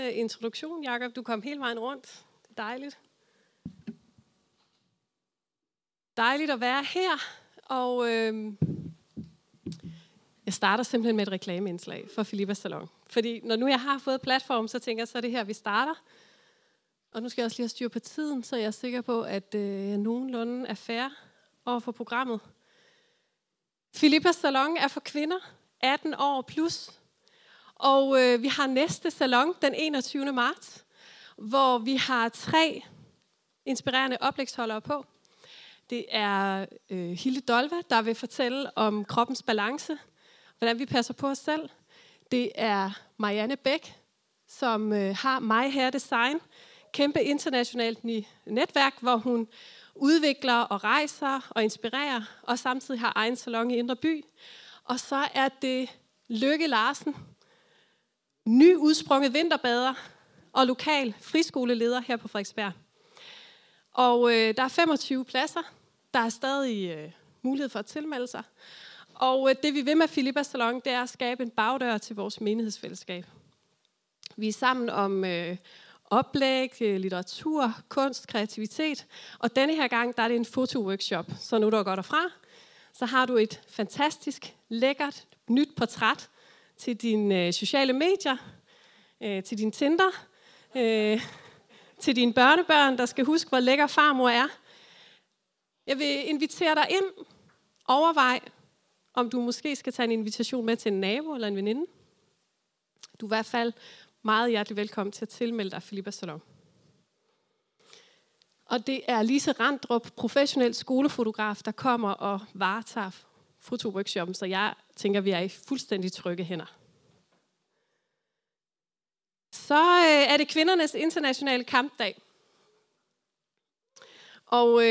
Introduktion, Jakob. Du kom hele vejen rundt. Det er dejligt. Dejligt at være her. Og jeg starter simpelthen med et reklameindslag for Filippas Salon. Fordi når nu jeg har fået platform, så tænker jeg, så er det her, vi starter. Og nu skal jeg også lige have styr på tiden, så jeg er sikker på, at jeg nogenlunde er fair over for programmet. Filippas Salon er for kvinder 18 år plus. Og vi har næste salon den 21. marts, hvor vi har 3 inspirerende oplægsholdere på. Det er Hilde Dolva, der vil fortælle om kroppens balance, hvordan vi passer på os selv. Det er Marianne Bæk, som har My Hair Design, kæmpe internationalt netværk, hvor hun udvikler og rejser og inspirerer, og samtidig har egen salon i Indre By. Og så er det Lykke Larsen, ny udsprunget vinterbader og lokal friskoleleder her på Frederiksberg. Og der er 25 pladser. Der er stadig mulighed for at tilmelde sig. Og det vi vil med Filippas Salon, det er at skabe en bagdør til vores menighedsfællesskab. Vi er sammen om oplæg, litteratur, kunst, kreativitet. Og denne her gang, der er det en fotoworkshop. Så nu er du godt derfra. Så har du et fantastisk, lækkert, nyt portræt til dine sociale medier, til din Tinder, til dine børnebørn, der skal huske, hvor lækker farmor er. Jeg vil invitere dig ind. Overvej, om du måske skal tage en invitation med til en nabo eller en veninde. Du er i hvert fald meget hjertelig velkommen til at tilmelde dig Filippas Salon. Og det er Lise Randrup, professionel skolefotograf, der kommer og varetager fotoworkshoppen, så jeg tænker, vi er i fuldstændig trygge hænder. Så er det kvindernes internationale kampdag. Og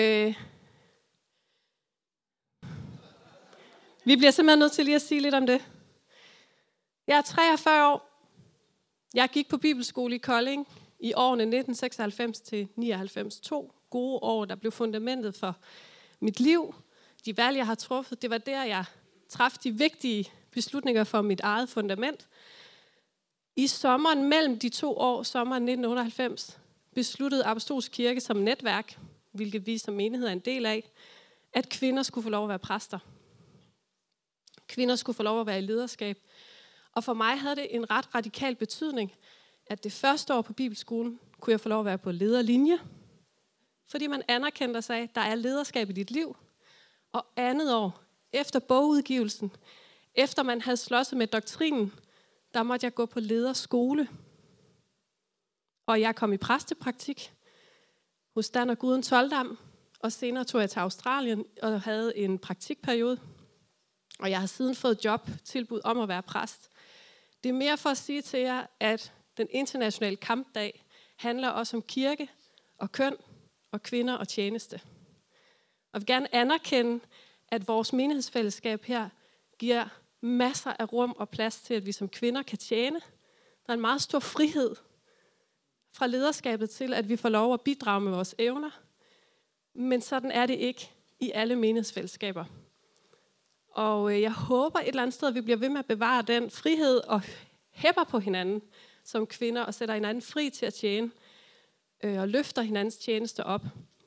vi bliver simpelthen nødt til lige at sige lidt om det. Jeg er 43 år. Jeg gik på bibelskole i Kolding i årene 1996 til 99. 2 gode år, der blev fundamentet for mit liv. De valg, jeg har truffet, det var der, jeg traf de vigtige beslutninger for mit eget fundament. I sommeren mellem de 2 år, sommeren 1998, besluttede Apostolsk Kirke som netværk, hvilket vi som menighed er en del af, at kvinder skulle få lov at være præster. Kvinder skulle få lov at være i lederskab. Og for mig havde det en ret radikal betydning, at det første år på bibelskolen kunne jeg få lov at være på lederlinje, fordi man anerkendte og sagde, at der er lederskab i dit liv. Og andet år, efter bogudgivelsen, efter man havde slåsset med doktrinen, der måtte jeg gå på lederskole. Og jeg kom i præstepraktik hos Dan og Guden Toldam, og senere tog jeg til Australien og havde en praktikperiode. Og jeg har siden fået jobtilbud om at være præst. Det er mere for at sige til jer, at den internationale kampdag handler også om kirke og køn og kvinder og tjeneste. Og jeg vil gerne anerkende, at vores menighedsfællesskab her giver masser af rum og plads til, at vi som kvinder kan tjene. Der er en meget stor frihed fra lederskabet til, at vi får lov at bidrage med vores evner. Men sådan er det ikke i alle menighedsfællesskaber. Og jeg håber et eller andet sted, at vi bliver ved med at bevare den frihed og hæpper på hinanden som kvinder og sætter hinanden fri til at tjene og løfter hinandens tjeneste op.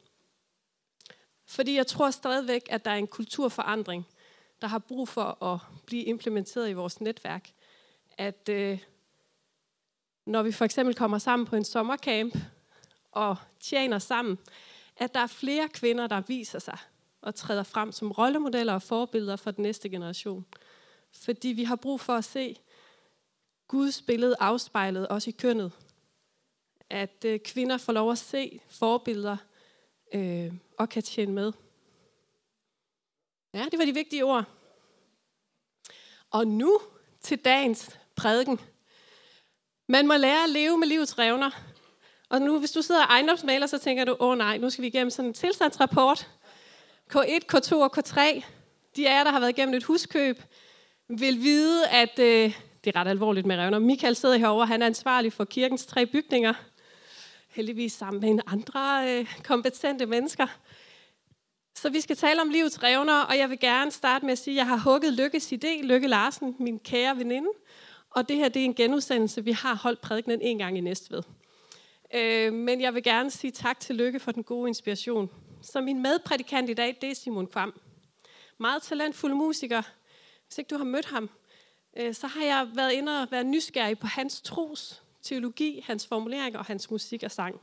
Fordi jeg tror stadigvæk, at der er en kulturforandring, der har brug for at blive implementeret i vores netværk. At når vi for eksempel kommer sammen på en sommercamp og tjener sammen, at der er flere kvinder, der viser sig og træder frem som rollemodeller og forbilleder for den næste generation. Fordi vi har brug for at se Guds billede afspejlet også i kønnet. At kvinder får lov at se forbilleder og kan tjene med. Ja, det var de vigtige ord. Og nu til dagens prædiken. Man må lære at leve med livets revner. Og nu, hvis du sidder og ejendomsmaler, så tænker du, nej, nu skal vi igennem sådan en tilstandsrapport. K1, K2 og K3, de af jer, der har været igennem et huskøb, vil vide, at det er ret alvorligt med revner. Michael sidder herovre, han er ansvarlig for kirkens 3 bygninger. Heldigvis sammen med andre kompetente mennesker. Så vi skal tale om livets revner, og jeg vil gerne starte med at sige, at jeg har hugget Lykkes idé, Lykke Larsen, min kære veninde, Og det her, det er en genudsendelse. Vi har holdt prædikenen en gang i Næstved. Men jeg vil gerne sige tak til Lykke for den gode inspiration. Så min medprædikant i dag, det er Simon Kvam. Meget talentfuld musiker. Hvis ikke du har mødt ham, så har jeg været inde og været nysgerrig på hans tros, teologi, hans formulering og hans musik og sang.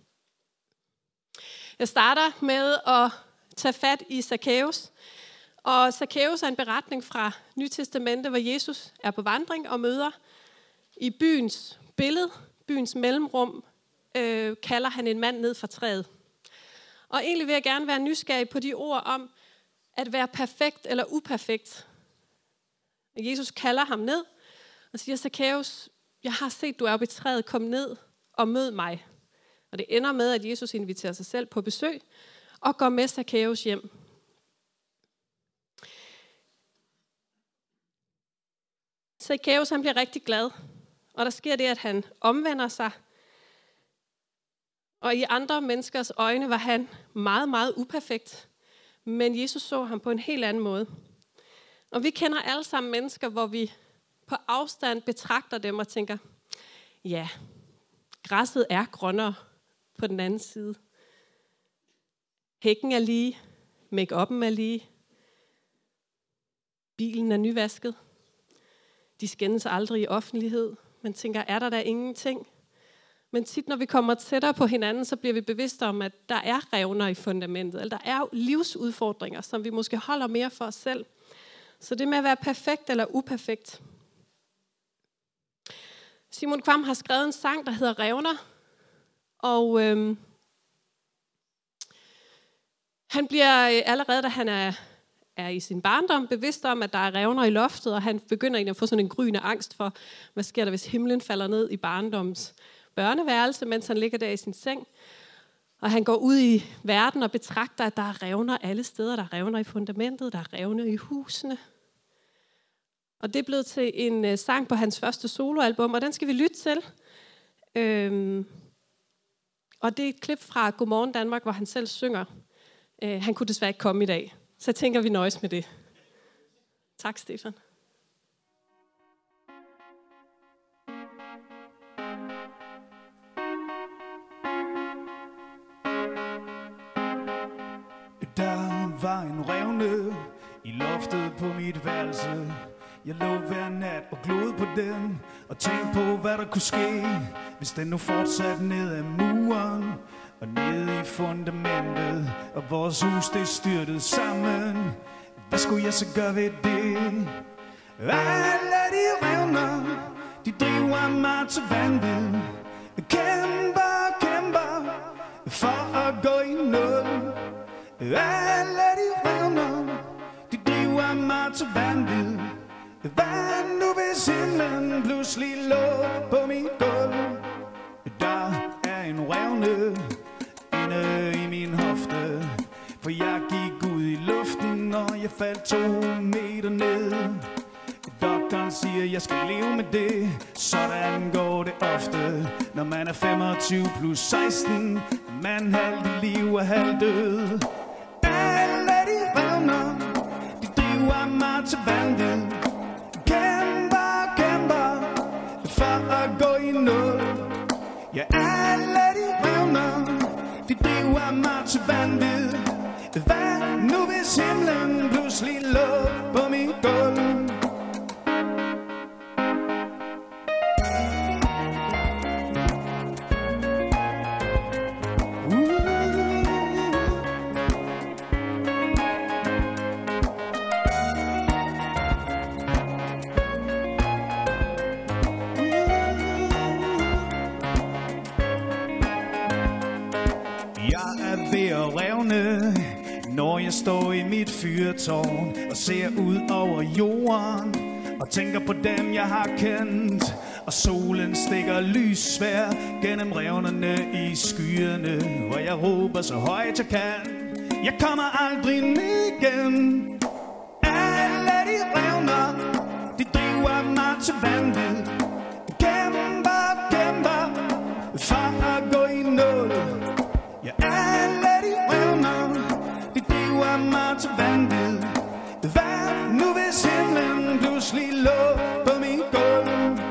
Jeg starter med at tage fat i Zakæus. Og Zakæus er en beretning fra Nye Testamente, hvor Jesus er på vandring og møder i byens billede, byens mellemrum, kalder han en mand ned fra træet. Og egentlig vil jeg gerne være nysgerrig på de ord om at være perfekt eller uperfekt. Jesus kalder ham ned og siger, Zakæus, jeg har set, du er oppe i træet, kom ned og mød mig. Og det ender med, at Jesus inviterer sig selv på besøg og går med Zakæus hjem. Zakæus, han bliver rigtig glad, og der sker det, at han omvender sig. Og i andre menneskers øjne var han meget, meget uperfekt, men Jesus så ham på en helt anden måde. Og vi kender alle sammen mennesker, hvor vi på afstand betragter dem og tænker, ja, græsset er grønnere på den anden side. Hækken er lige, make-up'en er lige, bilen er nyvasket. De skændes aldrig i offentlighed. Man tænker, er der ingenting? Men tit, når vi kommer tættere på hinanden, så bliver vi bevidste om, at der er revner i fundamentet. Eller der er livsudfordringer, som vi måske holder mere for os selv. Så det med at være perfekt eller uperfekt. Simon Kvam har skrevet en sang, der hedder Revner. Og han bliver allerede, da han er i sin barndom, bevidst om, at der er revner i loftet, og han begynder egentlig at få sådan en gryende angst for, hvad sker der, hvis himlen falder ned i barndoms børneværelse, mens han ligger der i sin seng. Og han går ud i verden og betragter, at der er revner alle steder. Der er revner i fundamentet, der er revner i husene. Og det er blevet til en sang på hans første soloalbum, og den skal vi lytte til. Og det er et klip fra Godmorgen Danmark, hvor han selv synger. Han kunne desværre ikke komme i dag, så jeg tænker, vi nøjes med det. Tak, Stefan. Der var en revne i loftet på mit værelse. Jeg lå hver nat og glodede på den og tænkte på, hvad der kunne ske, hvis den nu fortsatte ned ad muren og ned i fundamentet, og vores hus det styrtede sammen. Hvad skulle jeg så gøre ved det? Alle de revner, de driver mig til vanvid. Kæmper for at gå i nul. Alle de revner, de driver mig til vanvid. Hvad nu hvis himlen pludselig lå på mit gulv? Der er en revne inde i min hofte, for jeg gik ud i luften, og jeg faldt 2 meter ned. Doktoren siger, jeg skal leve med det. Sådan går det ofte, når man er 25 plus 16. Man halvt i liv og halvt død. Alle de revner, de driver mig til vanvid. Kæmper for at gå i nul. Ja, alle de revner, de driver mig til vanvid. Hvad nu hvis himlen pludselig lå på mit gulv? Når jeg står i mit fyrtårn og ser ud over jorden og tænker på dem jeg har kendt, og solen stikker lyssvær gennem revnerne i skyerne, hvor jeg råber så højt jeg kan, jeg kommer aldrig ned igen. Alle de revner, de driver mig til vanvid. Kæmper for at gå i nul. Ja, alle de revner, de driver mig til vanvid. Hvad nu hvis himlen pludselig lå på min gulv?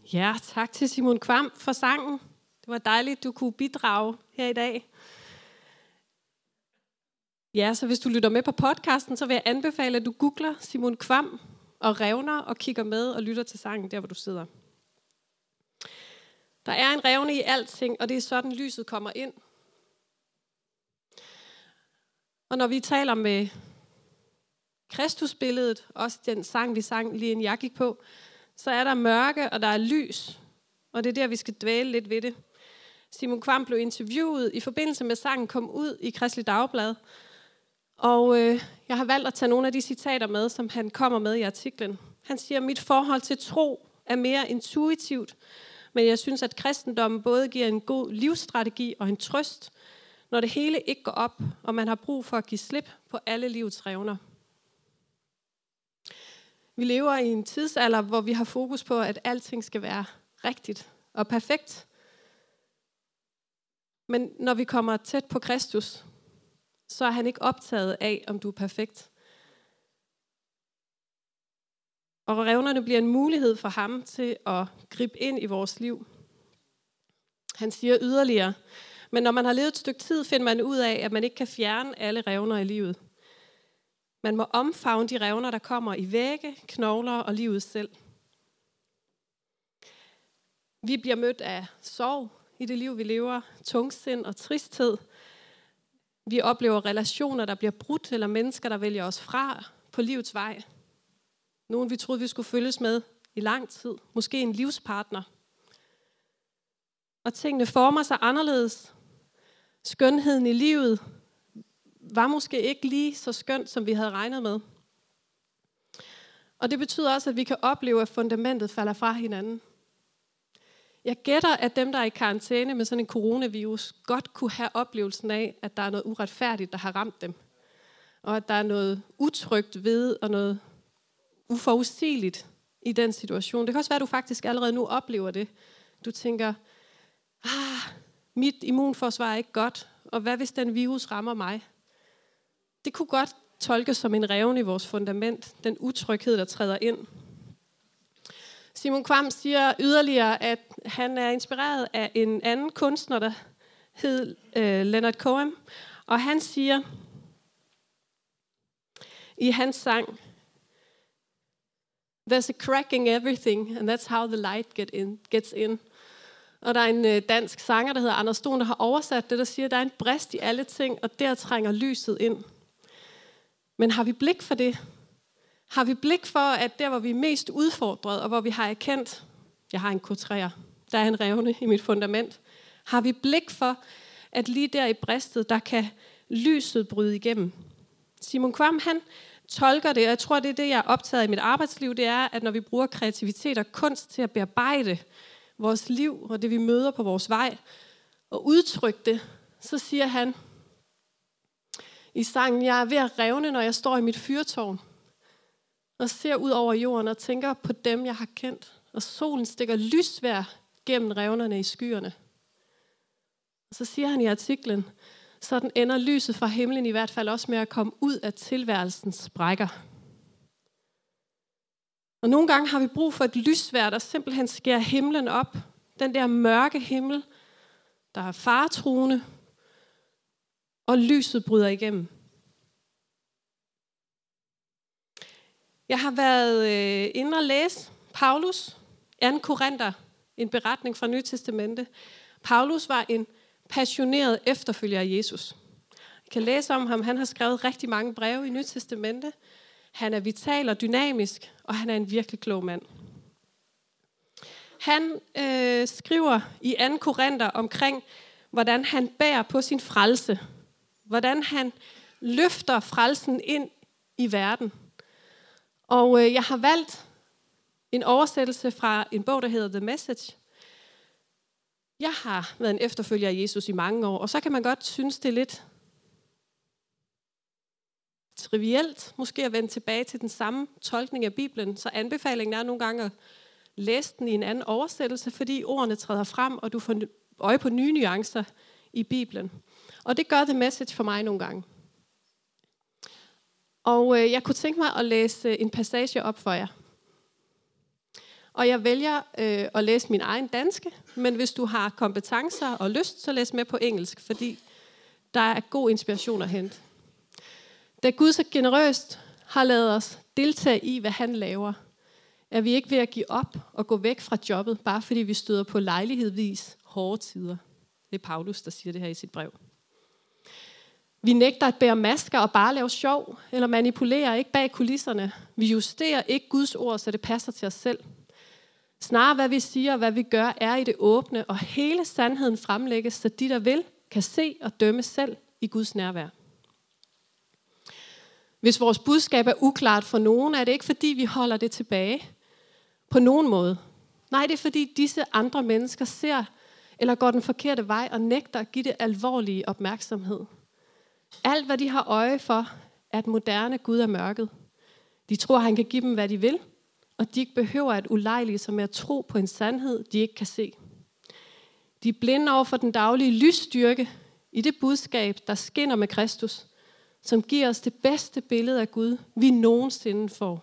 Ja, tak til Simon Kvam for sangen. Det var dejligt, du kunne bidrage her i dag. Ja, så hvis du lytter med på podcasten, så vil jeg anbefale, at du googler Simon Kvam og revner og kigger med og lytter til sangen der, hvor du sidder. Der er en revne i alting, og det er sådan, lyset kommer ind. Og når vi taler med Kristusbilledet, også den sang, vi sang lige inden jeg gik på, så er der mørke, og der er lys. Og det er der, vi skal dvæle lidt ved det. Simon Kvam blev interviewet i forbindelse med sangen kom ud i Kristeligt Dagblad. Og jeg har valgt at tage nogle af de citater med, som han kommer med i artiklen. Han siger, mit forhold til tro er mere intuitivt, men jeg synes, at kristendommen både giver en god livsstrategi og en trøst, når det hele ikke går op, og man har brug for at give slip på alle livets revner. Vi lever i en tidsalder, hvor vi har fokus på, at alting skal være rigtigt og perfekt. Men når vi kommer tæt på Kristus, så er han ikke optaget af, om du er perfekt. Og revnerne bliver en mulighed for ham til at gribe ind i vores liv. Han siger yderligere, men når man har levet et stykke tid, finder man ud af, at man ikke kan fjerne alle revner i livet. Man må omfavne de revner, der kommer i vægge, knogler og livet selv. Vi bliver mødt af sorg i det liv, vi lever, tungsind og tristhed. Vi oplever relationer, der bliver brudt, eller mennesker, der vælger os fra på livets vej. Nogen, vi troede, vi skulle følges med i lang tid. Måske en livspartner. Og tingene former sig anderledes. Skønheden i livet var måske ikke lige så skønt, som vi havde regnet med. Og det betyder også, at vi kan opleve, at fundamentet falder fra hinanden. Jeg gætter, at dem, der er i karantæne med sådan en coronavirus, godt kunne have oplevelsen af, at der er noget uretfærdigt, der har ramt dem. Og at der er noget utrygt ved, og noget uforudsigeligt i den situation. Det kan også være, at du faktisk allerede nu oplever det. Du tænker, mit immunforsvar er ikke godt, og hvad hvis den virus rammer mig? Det kunne godt tolkes som en revne i vores fundament, den utryghed, der træder ind. Simon Kvam siger yderligere, at han er inspireret af en anden kunstner, der hed Leonard Cohen, og han siger i hans sang, there's a crack in everything, and that's how the light gets in. Og der er en dansk sanger, der hedder Anders Stone, der har oversat det, der siger, at der er en brist i alle ting, og der trænger lyset ind. Men har vi blik for det? Har vi blik for, at der, hvor vi er mest udfordret, og hvor vi har erkendt, jeg har en kotræer, der er en revne i mit fundament. Har vi blik for, at lige der i bristet, der kan lyset bryde igennem? Simon Kvam, han tolker det, og jeg tror, det er det, jeg er optaget i mit arbejdsliv, det er, at når vi bruger kreativitet og kunst til at bearbejde vores liv, og det vi møder på vores vej, og udtrykke det, så siger han i sangen, jeg er ved at revne, når jeg står i mit fyrtårn, og ser ud over jorden og tænker på dem, jeg har kendt, og solen stikker lysvær gennem revnerne i skyerne. Og så siger han i artiklen, sådan ender lyset fra himlen i hvert fald også med at komme ud af tilværelsens sprækker. Og nogle gange har vi brug for et lysvær, der simpelthen skærer himlen op. Den der mørke himmel, der er faretruende, og lyset bryder igennem. Jeg har været inde og læse Paulus, 2. Korinther, en beretning fra Nye Testamente. Paulus var en passioneret efterfølger af Jesus. Jeg kan læse om ham. Han har skrevet rigtig mange breve i Nye Testamente. Han er vital og dynamisk, og han er en virkelig klog mand. Han skriver i 2. Korinther omkring, hvordan han bærer på sin frelse. Hvordan han løfter frelsen ind i verden. Og jeg har valgt en oversættelse fra en bog, der hedder The Message. Jeg har været en efterfølger af Jesus i mange år, og så kan man godt synes, det er lidt trivielt, måske at vende tilbage til den samme tolkning af Bibelen. Så anbefalingen er nogle gange at læse den i en anden oversættelse, fordi ordene træder frem, og du får øje på nye nuancer i Bibelen. Og det gør The Message for mig nogle gange. Og jeg kunne tænke mig at læse en passage op for jer. og jeg vælger at læse min egen danske, men hvis du har kompetencer og lyst, så læs med på engelsk, fordi der er god inspiration at hente. Da Gud så generøst har ladet os deltage i, hvad han laver, er vi ikke ved at give op og gå væk fra jobbet, bare fordi vi støder på lejlighedsvis hårde tider. Det er Paulus, der siger det her i sit brev. Vi nægter at bære masker og bare lave sjov, eller manipulere ikke bag kulisserne. Vi justerer ikke Guds ord, så det passer til os selv. Snarere hvad vi siger og hvad vi gør, er i det åbne, og hele sandheden fremlægges, så de, der vil, kan se og dømme selv i Guds nærvær. Hvis vores budskab er uklart for nogen, er det ikke fordi, vi holder det tilbage på nogen måde. Nej, det er fordi disse andre mennesker ser eller går den forkerte vej og nægter at give det alvorlige opmærksomhed. Alt, hvad de har øje for, er at moderne Gud er mørket. De tror, han kan give dem, hvad de vil, og de ikke behøver at ulejlige sig med at tro på en sandhed, de ikke kan se. De er blinde over for den daglige lysstyrke i det budskab, der skinner med Kristus, som giver os det bedste billede af Gud, vi nogensinde får.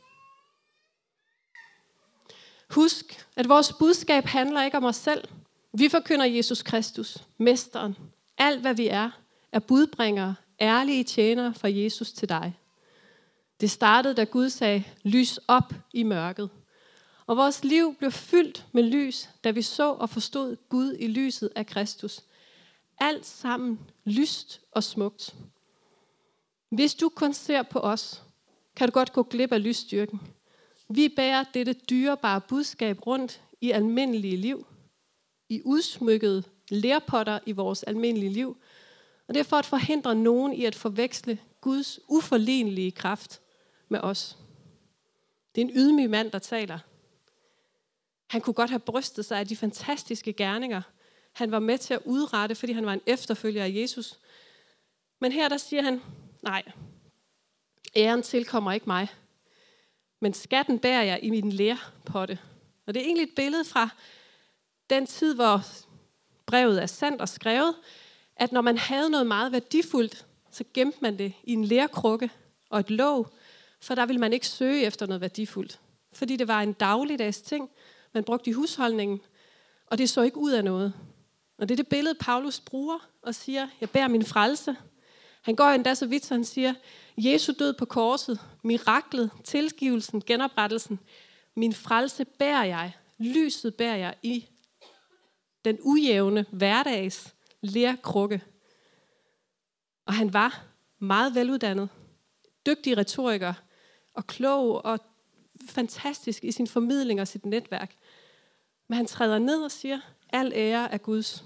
Husk, at vores budskab handler ikke om os selv. Vi forkynder Jesus Kristus, mesteren. Alt, hvad vi er budbringere, ærlige tjenere fra Jesus til dig. Det startede, da Gud sagde, lys op i mørket. Og vores liv blev fyldt med lys, da vi så og forstod Gud i lyset af Kristus. Alt sammen lyst og smukt. Hvis du kun ser på os, kan du godt gå glip af lysstyrken. Vi bærer dette dyrebare budskab rundt i almindelige liv, i udsmykkede lerpotter i vores almindelige liv, og det er for at forhindre nogen i at forveksle Guds uforlignelige kraft med os. Det er en ydmyg mand, der taler. Han kunne godt have brystet sig af de fantastiske gerninger, han var med til at udrette, fordi han var en efterfølger af Jesus. Men her der siger han, nej, æren tilkommer ikke mig, men skatten bærer jeg i min lerpotte. Og det er egentlig et billede fra den tid, hvor brevet er sandt og skrevet, at når man havde noget meget værdifuldt, så gemte man det i en lerkrukke og et låg, for der ville man ikke søge efter noget værdifuldt. Fordi det var en dagligdags ting, man brugte i husholdningen, og det så ikke ud af noget. Og det er det billede, Paulus bruger og siger, jeg bærer min frelse. Han går endda så vidt, så han siger, Jesu død på korset, miraklet, tilgivelsen, genoprettelsen, min frelse bærer jeg, lyset bærer jeg i den ujævne hverdags lerkrukke. Og han var meget veluddannet, dygtig retoriker og klog og fantastisk i sin formidling og sit netværk. Men han træder ned og siger, al ære er Guds.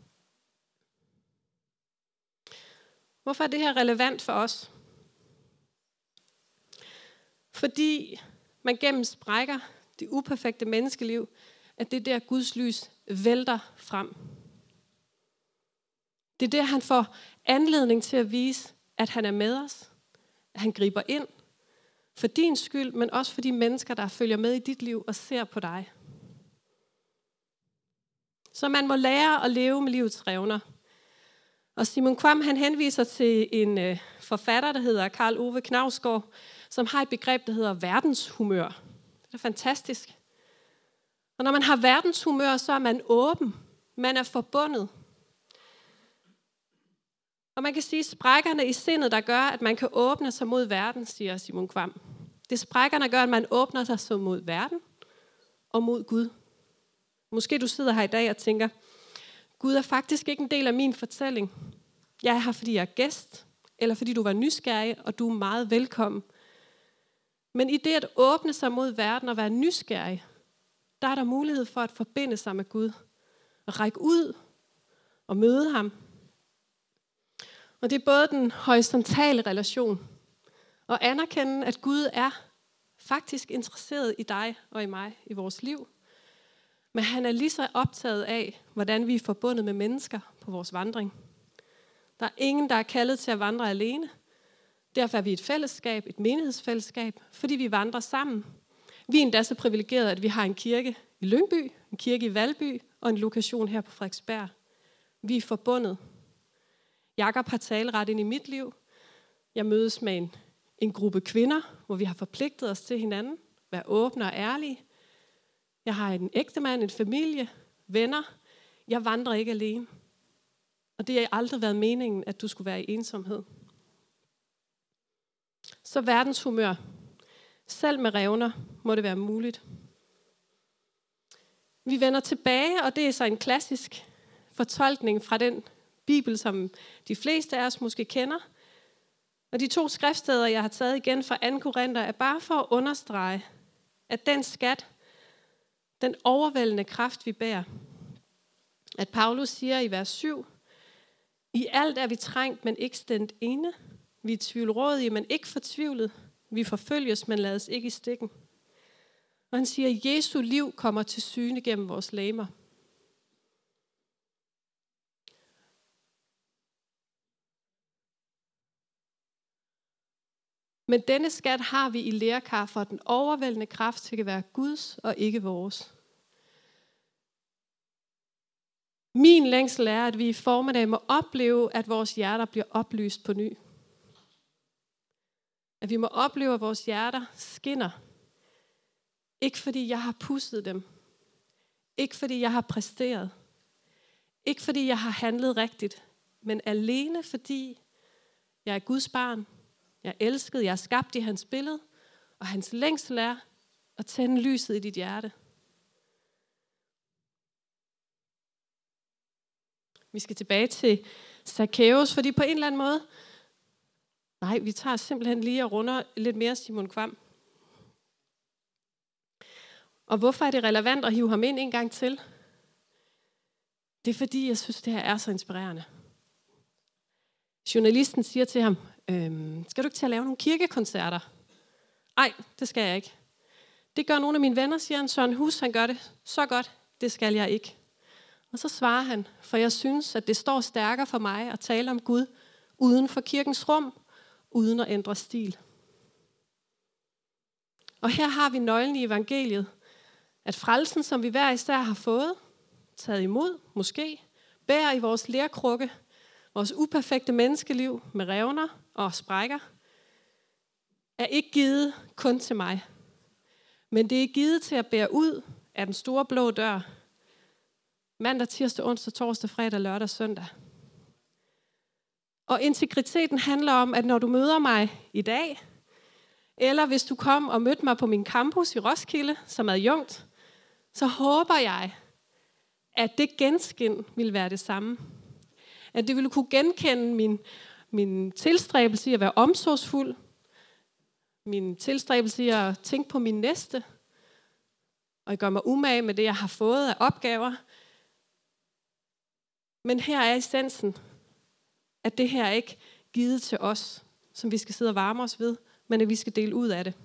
Hvorfor er det her relevant for os? Fordi man gennem sprækker det uperfekte menneskeliv, at det er der Guds lys vælter frem. Det er der, han får anledning til at vise, at han er med os, at han griber ind for din skyld, men også for de mennesker, der følger med i dit liv og ser på dig. Så man må lære at leve med livets revner. Og Simon Kvam, han henviser til en forfatter, der hedder Karl Ove Knausgård, som har et begreb, der hedder verdenshumør. Det er fantastisk. Og når man har verdenshumør, så er man åben. Man er forbundet. Og man kan sige, sprækkerne i sindet, der gør, at man kan åbne sig mod verden, siger Simon Kvam. Det er sprækkerne, der gør, at man åbner sig mod verden og mod Gud. Måske du sidder her i dag og tænker, Gud er faktisk ikke en del af min fortælling. Jeg er her, fordi jeg er gæst, eller fordi du var nysgerrig, og du er meget velkommen. Men i det at åbne sig mod verden og være nysgerrig, der er der mulighed for at forbinde sig med Gud. Og række ud og møde ham. Og det er både den horisontale relation, og anerkende, at Gud er faktisk interesseret i dig og i mig, i vores liv. Men han er lige så optaget af, hvordan vi er forbundet med mennesker på vores vandring. Der er ingen, der er kaldet til at vandre alene. Derfor er vi et fællesskab, et menighedsfællesskab, fordi vi vandrer sammen. Vi er endda så privilegerede, at vi har en kirke i Lyngby, en kirke i Valby og en lokation her på Frederiksberg. Vi er forbundet. Jakob har taleret ind i mit liv. Jeg mødes med en gruppe kvinder, hvor vi har forpligtet os til hinanden, være åbne og ærlige. Jeg har en ægtemand, en familie, venner. Jeg vandrer ikke alene. Og det har aldrig været meningen, at du skulle være i ensomhed. Så verdenshumør. Selv med revner må det være muligt. Vi vender tilbage, og det er så en klassisk fortolkning fra den bibel, som de fleste af os måske kender. Og de 2 skriftsteder, jeg har taget igen fra 2. Korinther, er bare for at understrege, at den skat, den overvældende kraft, vi bærer, at Paulus siger i vers 7, i alt er vi trængt, men ikke stændt ene. Vi er tvivlrådige, men ikke fortvivlet. Vi forfølges, men lades ikke i stikken. Og han siger, at Jesu liv kommer til syne gennem vores legemer. Men denne skat har vi i lerkar, for den overvældende kraft skal være Guds og ikke vores. Min længsel er, at vi i formiddag må opleve, at vores hjerter bliver oplyst på ny. At vi må opleve, at vores hjerter skinner. Ikke fordi jeg har pudset dem. Ikke fordi jeg har præsteret. Ikke fordi jeg har handlet rigtigt. Men alene fordi jeg er Guds barn. Jeg er elsket, jeg er skabt i hans billede. Og hans længsel er at tænde lyset i dit hjerte. Vi skal tilbage til Zacchaeus, fordi på en eller anden måde... Nej, vi tager simpelthen lige og runder lidt mere Simon Kvam. Og hvorfor er det relevant at hive ham ind en gang til? Det er fordi, jeg synes, det her er så inspirerende. Journalisten siger til ham, skal du ikke til at lave nogle kirkekoncerter? Nej, det skal jeg ikke. Det gør nogle af mine venner, siger han. Søren Hus, han gør det så godt, det skal jeg ikke. Og så svarer han, for jeg synes, at det står stærkere for mig at tale om Gud uden for kirkens rum, uden at ændre stil. Og her har vi nøglen i evangeliet, at frelsen, som vi hver især har fået, taget imod, måske, bærer i vores lerkrukke, vores uperfekte menneskeliv med revner og sprækker, er ikke givet kun til mig. Men det er givet til at bære ud af den store blå dør, mandag, tirsdag, onsdag, torsdag, fredag, lørdag, søndag. Og integriteten handler om, at når du møder mig i dag, eller hvis du kom og mødte mig på min campus i Roskilde som adjunkt, så håber jeg, at det genskin vil være det samme. At det ville kunne genkende min tilstræbelse i at være omsorgsfuld, min tilstræbelse i at tænke på min næste, og jeg gør mig umage med det, jeg har fået af opgaver. Men her er essensen, at det her er ikke givet til os, som vi skal sidde og varme os ved, men at vi skal dele ud af det.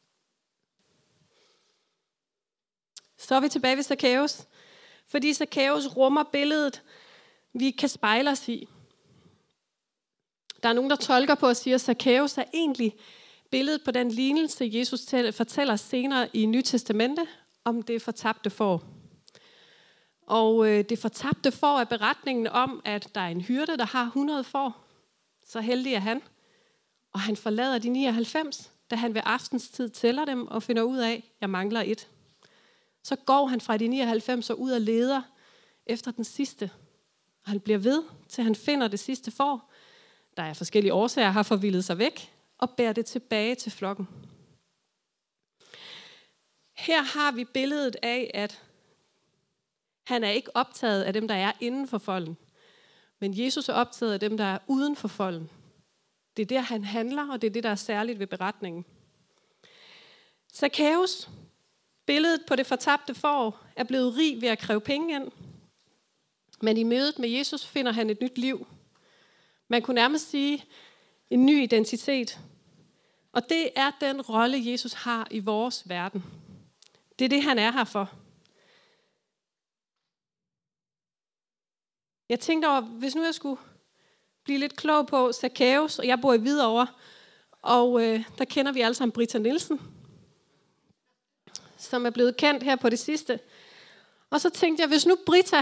Så er vi tilbage ved Zacchaeus, fordi Zacchaeus rummer billedet, vi kan spejle os i. Der er nogen, der tolker på og siger, at Zacchaeus er egentlig billedet på den lignelse, Jesus fortæller senere i Nye Testamente, om det fortabte får. Og det fortabte får er beretningen om, at der er en hyrde, der har 100 får. Så heldig er han. Og han forlader de 99, da han ved aftenstid tæller dem og finder ud af, at jeg mangler et. Så går han fra de 99 og ud og leder efter den sidste. Og han bliver ved, til han finder det sidste får, der af forskellige årsager har forvildet sig væk, og bærer det tilbage til flokken. Her har vi billedet af, at han er ikke optaget af dem, der er inden for folden, men Jesus er optaget af dem, der er uden for folden. Det er der, han handler, og det er det, der er særligt ved beretningen. Zacchaeus, billedet på det fortabte får, er blevet rig ved at kræve penge ind, men i mødet med Jesus finder han et nyt liv. Man kunne nærmest sige en ny identitet. Og det er den rolle, Jesus har i vores verden. Det er det, han er her for. Jeg tænkte over, hvis nu jeg skulle blive lidt klog på Zacchaeus, og jeg bor i Hvidovre, og der kender vi alle sammen Britta Nielsen, som er blevet kendt her på det sidste. Og så tænkte jeg, hvis nu Britta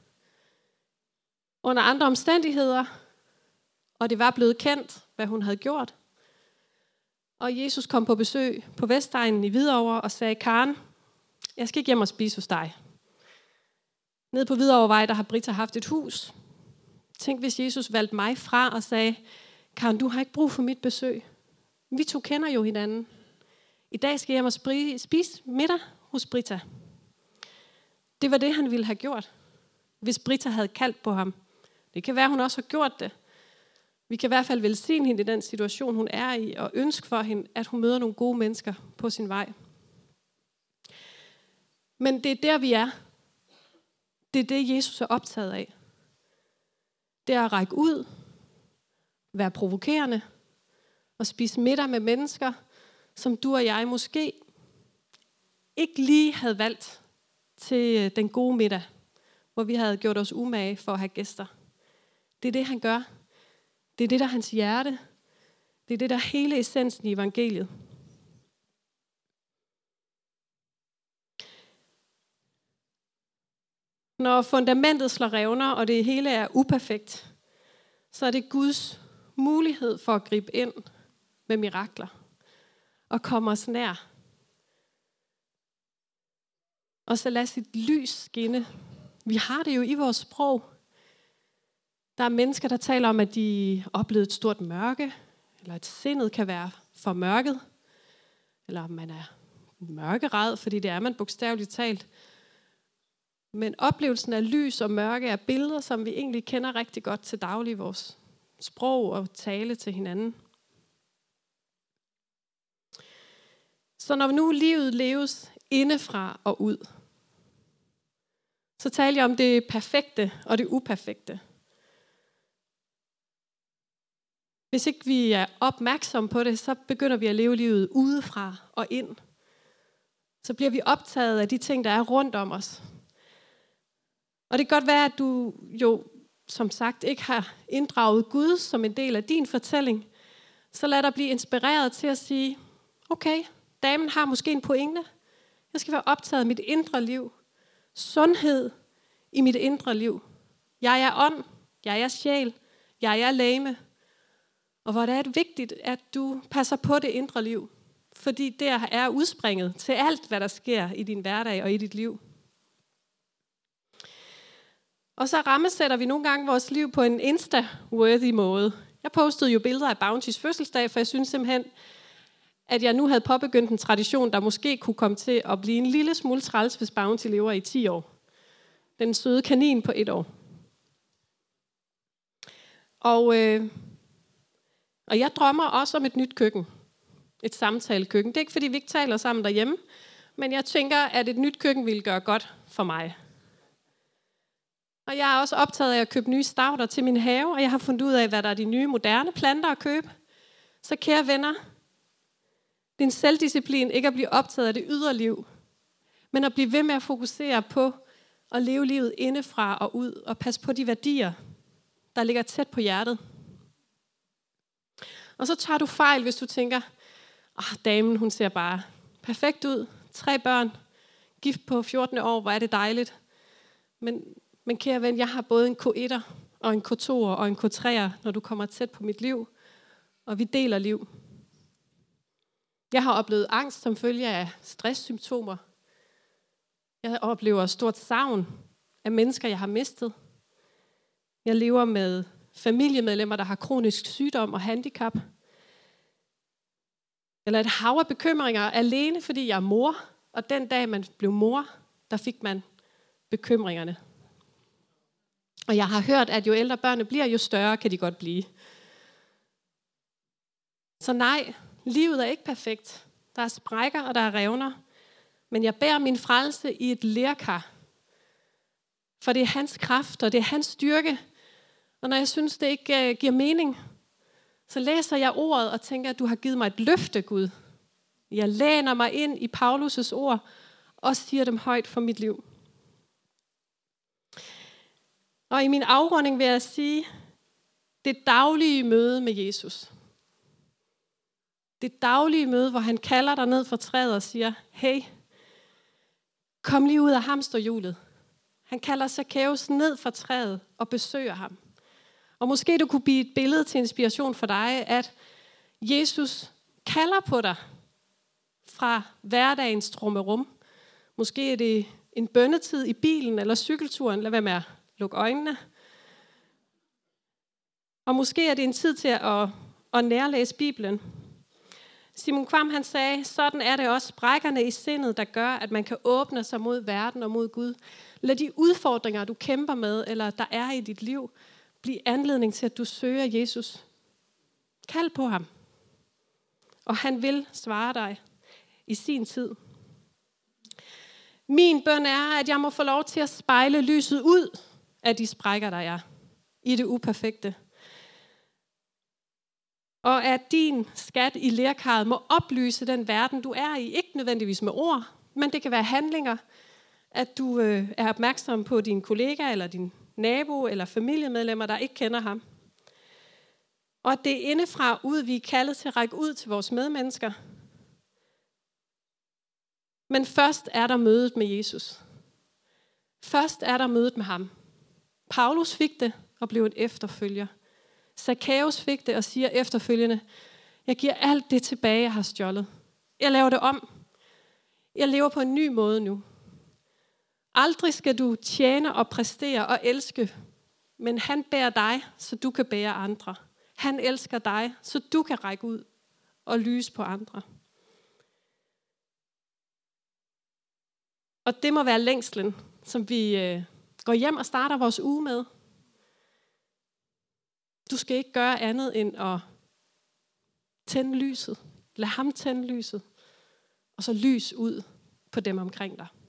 under andre omstændigheder, og det var blevet kendt, hvad hun havde gjort, og Jesus kom på besøg på Vestegnen i Hvidovre og sagde, Karen, jeg skal ikke hjem og spise hos dig. Nede på Hvidovrevej, der har Britta haft et hus. Tænk, hvis Jesus valgte mig fra og sagde, Karen, du har ikke brug for mit besøg. Vi to kender jo hinanden. I dag skal jeg hjem og spise middag hos Britta. Det var det, han ville have gjort, hvis Britta havde kaldt på ham. Det kan være, hun også har gjort det. Vi kan i hvert fald velsigne hende i den situation, hun er i, og ønske for hende, at hun møder nogle gode mennesker på sin vej. Men det er der, vi er. Det er det, Jesus er optaget af. Det er at række ud, være provokerende og spise middag med mennesker, som du og jeg måske ikke lige havde valgt til den gode middag, hvor vi havde gjort os umage for at have gæster. Det er det, han gør. Det er det, der er hans hjerte. Det er det, der er hele essensen i evangeliet. Når fundamentet slår revner, og det hele er uperfekt, så er det Guds mulighed for at gribe ind med mirakler og komme os nær. Og så lad sit lys skinne. Vi har det jo i vores sprog. Der er mennesker, der taler om, at de oplevede et stort mørke, eller at sindet kan være for mørket, eller at man er mørkeret, fordi det er man bogstaveligt talt. Men oplevelsen af lys og mørke er billeder, som vi egentlig kender rigtig godt til daglig i vores sprog og tale til hinanden. Så når nu livet leves indefra og ud, så taler jeg om det perfekte og det uperfekte. Hvis ikke vi er opmærksomme på det, så begynder vi at leve livet udefra og ind. Så bliver vi optaget af de ting, der er rundt om os. Og det kan godt være, at du jo, som sagt, ikke har inddraget Gud som en del af din fortælling. Så lad dig blive inspireret til at sige, okay, damen har måske en pointe. Jeg skal være optaget af mit indre liv. Sundhed i mit indre liv. Jeg er ånd, jeg er sjæl, jeg er legeme. Og hvor det er vigtigt, at du passer på det indre liv. Fordi der er udspringet til alt, hvad der sker i din hverdag og i dit liv. Og så rammesætter vi nogle gange vores liv på en Insta-worthy måde. Jeg postede jo billeder af Bountys fødselsdag, for jeg synes simpelthen, at jeg nu havde påbegyndt en tradition, der måske kunne komme til at blive en lille smule træls, hvis Bounty lever i 10 år. Den søde kanin på 1 år. Og jeg drømmer også om et nyt køkken. Et samtalekøkken. Det er ikke, fordi vi ikke taler sammen derhjemme, men jeg tænker, at et nyt køkken ville gøre godt for mig. Og jeg er også optaget af at købe nye stauder til min have, og jeg har fundet ud af, hvad der er de nye moderne planter at købe. Så kære venner, det er en selvdisciplin ikke at blive optaget af det ydre liv, men at blive ved med at fokusere på at leve livet indefra og ud, og passe på de værdier, der ligger tæt på hjertet. Og så tager du fejl, hvis du tænker, damen, hun ser bare perfekt ud, 3 børn, gift på 14. år, hvor er det dejligt. Men kære ven, jeg har både en K1'er og en K2'er og en K3'er, når du kommer tæt på mit liv, og vi deler liv. Jeg har oplevet angst som følge af stresssymptomer. Jeg oplever stort savn af mennesker, jeg har mistet. Jeg lever med familiemedlemmer, der har kronisk sygdom og handicap. Eller et hav af bekymringer alene, fordi jeg er mor. Og den dag, man blev mor, der fik man bekymringerne. Og jeg har hørt, at jo ældre børnene bliver, jo større kan de godt blive. Så nej, livet er ikke perfekt. Der er sprækker, og der er revner. Men jeg bærer min frelse i et lerkar. For det er hans kraft, og det er hans styrke. Og når jeg synes, det ikke giver mening, så læser jeg ordet og tænker, at du har givet mig et løfte, Gud. Jeg læner mig ind i Paulus' ord og siger dem højt for mit liv. Og i min afrunding vil jeg sige, det daglige møde med Jesus. Det daglige møde, hvor han kalder dig ned fra træet og siger, hey, kom lige ud af hamsterhjulet. Han kalder Zacchaeus ned fra træet og besøger ham. Og måske du kunne blive et billede til inspiration for dig, at Jesus kalder på dig fra hverdagens trummerum. Måske er det en bønnetid i bilen eller cykelturen. Lad være med at lukke øjnene. Og måske er det en tid til at nærlæse Bibelen. Simon Kvam han sagde, sådan er det også sprækkerne i sindet, der gør, at man kan åbne sig mod verden og mod Gud. Lad de udfordringer, du kæmper med, eller der er i dit liv, blive anledning til, at du søger Jesus. Kald på ham. Og han vil svare dig i sin tid. Min bøn er, at jeg må få lov til at spejle lyset ud af de sprækker, der er i det uperfekte. Og at din skat i lerkarret må oplyse den verden, du er i. Ikke nødvendigvis med ord, men det kan være handlinger. At du er opmærksom på din kollega, eller din nabo, eller familiemedlemmer, der ikke kender ham. Og at det er indefra ud, vi er kaldet til at række ud til vores medmennesker. Men først er der mødet med Jesus. Først er der mødet med ham. Paulus fik det og blev en efterfølger. Zacchaeus fik det og siger efterfølgende, jeg giver alt det tilbage, jeg har stjålet. Jeg laver det om. Jeg lever på en ny måde nu. Aldrig skal du tjene og præstere og elske, men han bærer dig, så du kan bære andre. Han elsker dig, så du kan række ud og lyse på andre. Og det må være længslen, som vi går hjem og starter vores uge med. Du skal ikke gøre andet end at tænde lyset. Lad ham tænde lyset. Og så lys ud på dem omkring dig.